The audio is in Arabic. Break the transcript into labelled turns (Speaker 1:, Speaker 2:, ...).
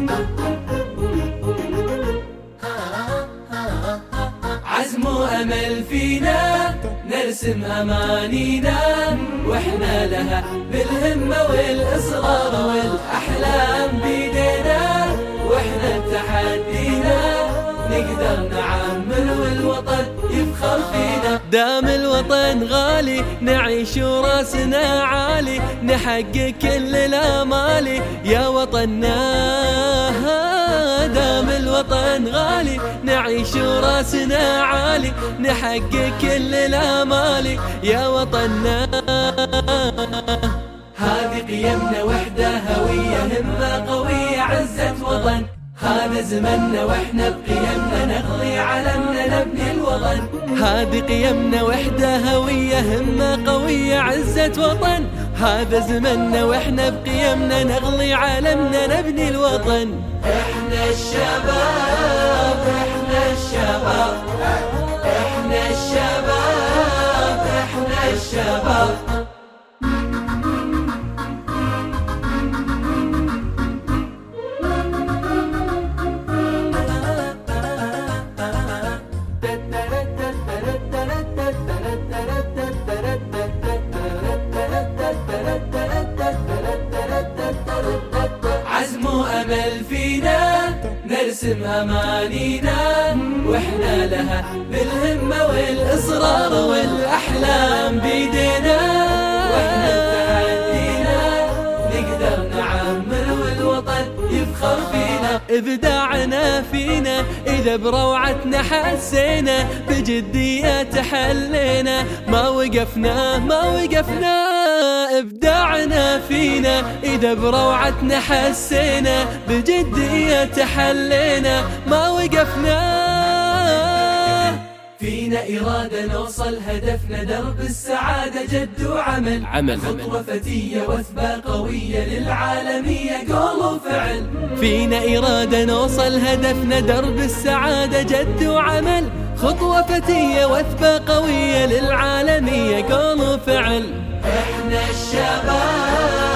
Speaker 1: عزم وأمل فينا نرسم أمانينا، وإحنا لها بالهمة والإصرار والأحلام بيدينا، وإحنا تحدينا نقدر نعمر والوطن يفخر فينا.
Speaker 2: دام الوطن غالي نعيش وراسنا عالي، نحقق كل الآمال يا وطننا. دام الوطن غالي نعيش وراسنا عالي، نحقق كل الآمال يا وطننا.
Speaker 1: هذه قيمنا وحدة هوية همة قوية عزة وطن، هذا زمننا واحنا بقيمنا نغلي علمنا نبني الوطن.
Speaker 2: هذه قيمنا وحدة هوية همة قوية عزة وطن، هذا زمننا واحنا بقيمنا نغلي علمنا نبني الوطن.
Speaker 1: احنا الشباب احنا الشباب احنا الشباب احنا الشباب. عزم وأمل فينا نرسم أمانينا، وإحنا لها بالهمة والإصرار والأحلام بيدينا، وإحنا تحدينا نقدر نعمر والوطن يفخر فينا.
Speaker 2: إبداعنا فينا إذا بروعتنا حسينا، بجدية تحلينا ما وقفنا ما وقفنا. إبداعنا فينا إذا بروعتنا حسينا، بجدية تحلينا ما وقفنا.
Speaker 1: فينا إرادة نوصل هدفنا، درب السعادة جد وعمل، خطوة فتية وثبة قوية للعالمية قول وفعل.
Speaker 2: فينا إرادة نوصل هدفنا، درب السعادة جد وعمل، خطوة فتية وثبة قوية للعالمية قول وفعل.
Speaker 1: احنا الشباب